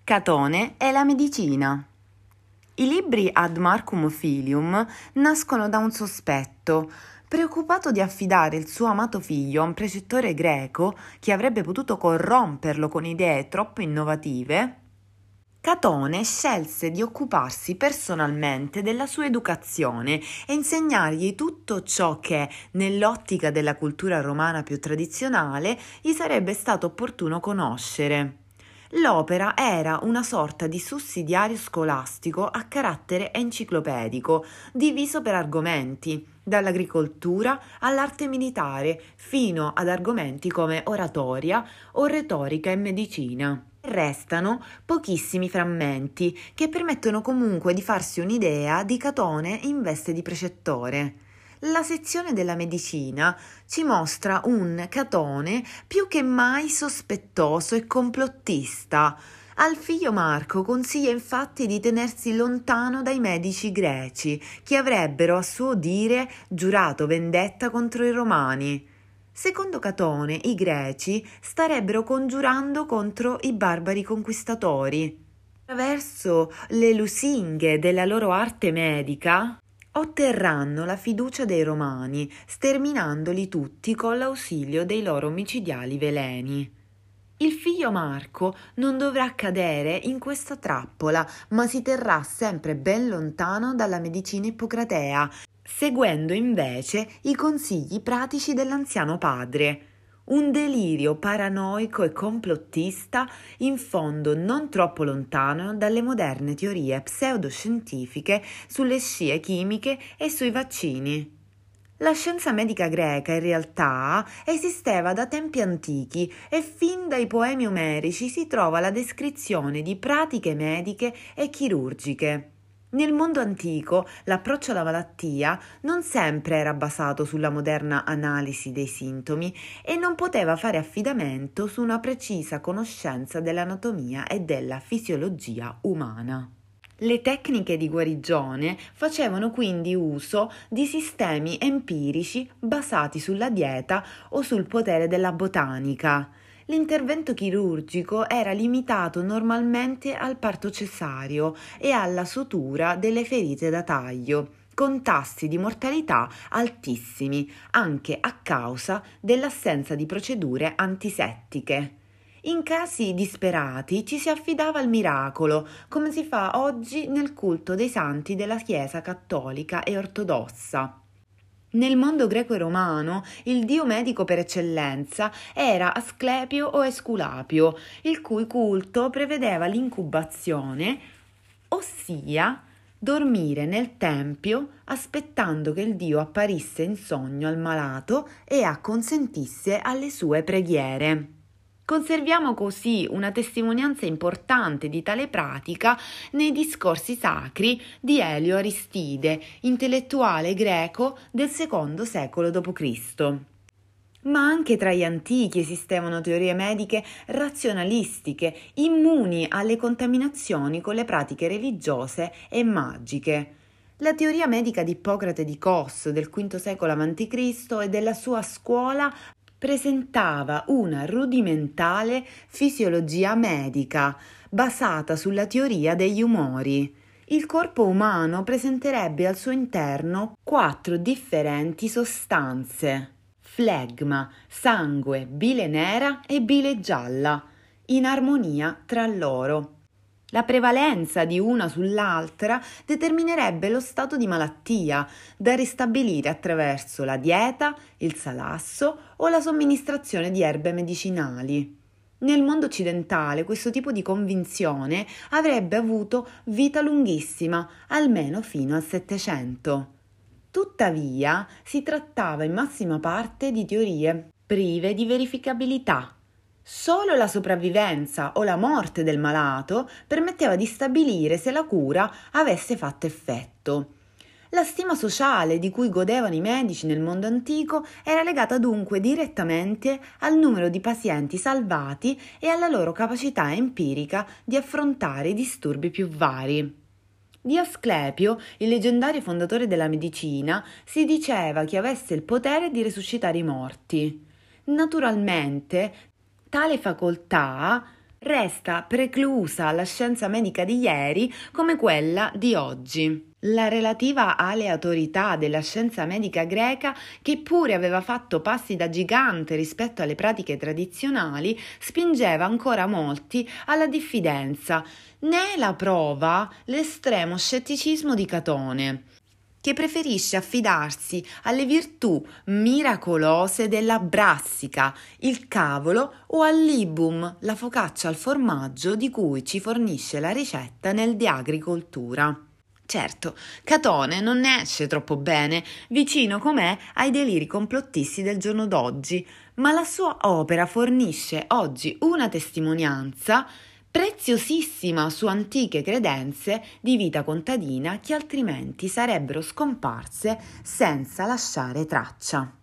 Catone e la medicina. I libri Ad Marcum Filium nascono da un sospetto. Preoccupato di affidare il suo amato figlio a un precettore greco che avrebbe potuto corromperlo con idee troppo innovative, Catone scelse di occuparsi personalmente della sua educazione e insegnargli tutto ciò che, nell'ottica della cultura romana più tradizionale, gli sarebbe stato opportuno conoscere. L'opera era una sorta di sussidiario scolastico a carattere enciclopedico, diviso per argomenti, dall'agricoltura all'arte militare, fino ad argomenti come oratoria o retorica e medicina. Restano pochissimi frammenti che permettono comunque di farsi un'idea di Catone in veste di precettore. La sezione della medicina ci mostra un Catone più che mai sospettoso e complottista. Al figlio Marco consiglia infatti di tenersi lontano dai medici greci, che avrebbero a suo dire giurato vendetta contro i romani. Secondo Catone, i greci starebbero congiurando contro i barbari conquistatori. Attraverso le lusinghe della loro arte medica, otterranno la fiducia dei romani, sterminandoli tutti con l'ausilio dei loro micidiali veleni. Il figlio Marco non dovrà cadere in questa trappola, ma si terrà sempre ben lontano dalla medicina ippocratea, seguendo invece i consigli pratici dell'anziano padre. Un delirio paranoico e complottista, in fondo non troppo lontano dalle moderne teorie pseudoscientifiche sulle scie chimiche e sui vaccini. La scienza medica greca in realtà esisteva da tempi antichi e fin dai poemi omerici si trova la descrizione di pratiche mediche e chirurgiche. Nel mondo antico l'approccio alla malattia non sempre era basato sulla moderna analisi dei sintomi e non poteva fare affidamento su una precisa conoscenza dell'anatomia e della fisiologia umana. Le tecniche di guarigione facevano quindi uso di sistemi empirici basati sulla dieta o sul potere della botanica. L'intervento chirurgico era limitato normalmente al parto cesareo e alla sutura delle ferite da taglio, con tassi di mortalità altissimi, anche a causa dell'assenza di procedure antisettiche. In casi disperati ci si affidava al miracolo, come si fa oggi nel culto dei santi della Chiesa cattolica e ortodossa. Nel mondo greco e romano il dio medico per eccellenza era Asclepio o Esculapio, il cui culto prevedeva l'incubazione, ossia dormire nel tempio aspettando che il dio apparisse in sogno al malato e acconsentisse alle sue preghiere. Conserviamo così una testimonianza importante di tale pratica nei discorsi sacri di Elio Aristide, intellettuale greco del secondo secolo d.C. Ma anche tra gli antichi esistevano teorie mediche razionalistiche, immuni alle contaminazioni con le pratiche religiose e magiche. La teoria medica di Ippocrate di Cos del V secolo a.C. e della sua scuola presentava una rudimentale fisiologia medica basata sulla teoria degli umori. Il corpo umano presenterebbe al suo interno 4 differenti sostanze: flegma, sangue, bile nera e bile gialla, in armonia tra loro. La prevalenza di una sull'altra determinerebbe lo stato di malattia, da ristabilire attraverso la dieta, il salasso o la somministrazione di erbe medicinali. Nel mondo occidentale questo tipo di convinzione avrebbe avuto vita lunghissima, almeno fino al Settecento. Tuttavia, si trattava in massima parte di teorie prive di verificabilità. Solo la sopravvivenza o la morte del malato permetteva di stabilire se la cura avesse fatto effetto. La stima sociale di cui godevano i medici nel mondo antico era legata dunque direttamente al numero di pazienti salvati e alla loro capacità empirica di affrontare i disturbi più vari. Di Asclepio, il leggendario fondatore della medicina, si diceva che avesse il potere di resuscitare i morti. Naturalmente, tale facoltà resta preclusa alla scienza medica di ieri come quella di oggi. La relativa aleatorietà della scienza medica greca, che pure aveva fatto passi da gigante rispetto alle pratiche tradizionali, spingeva ancora molti alla diffidenza. Ne è la prova l'estremo scetticismo di Catone, che preferisce affidarsi alle virtù miracolose della brassica, il cavolo, o al libum, la focaccia al formaggio di cui ci fornisce la ricetta nel De Agricoltura. Certo, Catone non ne esce troppo bene, vicino com'è ai deliri complottisti del giorno d'oggi, ma la sua opera fornisce oggi una testimonianza preziosissima su antiche credenze di vita contadina che altrimenti sarebbero scomparse senza lasciare traccia.